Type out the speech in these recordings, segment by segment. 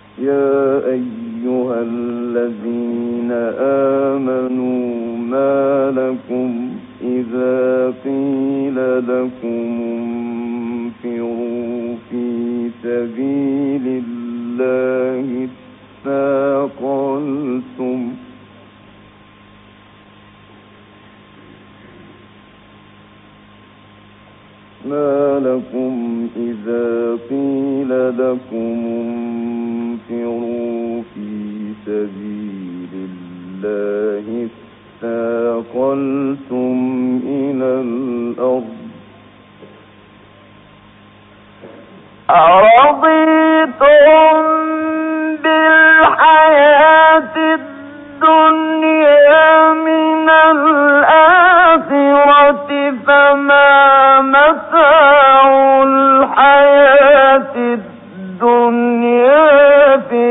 يا أيها الذين آمنوا ما لكم إذا قيل لكم انفروا في سبيل الله اثاقلتم ما لكم إذا قيل لكم انفروا في سبيل الله اثاقلتم إلى الأرض أرضيتم بالحياة الدنيا من الآخرة فما متاع الحياة الدنيا في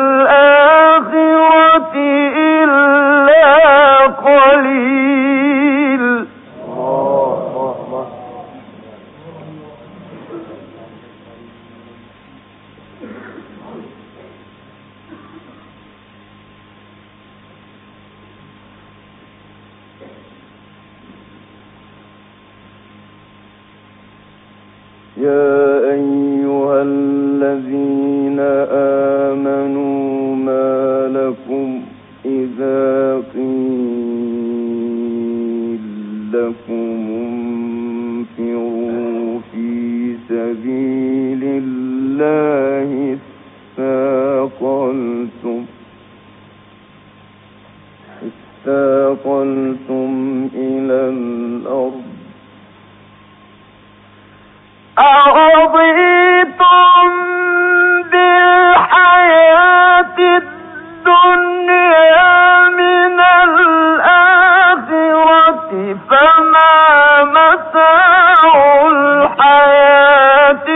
الآخرة إلا قليل. يا أيها الذين آمنوا ما لكم إذا قيل لكم انفروا في سبيل الله اثاقلتم إلى الأرض أرضيتم بالحياة الدنيا من الآخرة فما متاع الحياة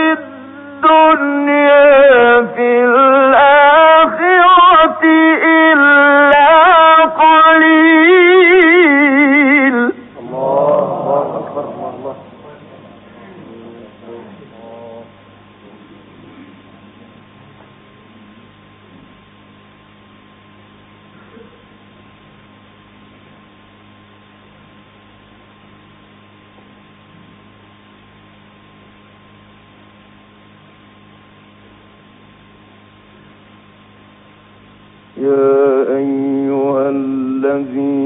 الدنيا في الآخرة إلا قليل. الله أكبر. الله يا أيها الذين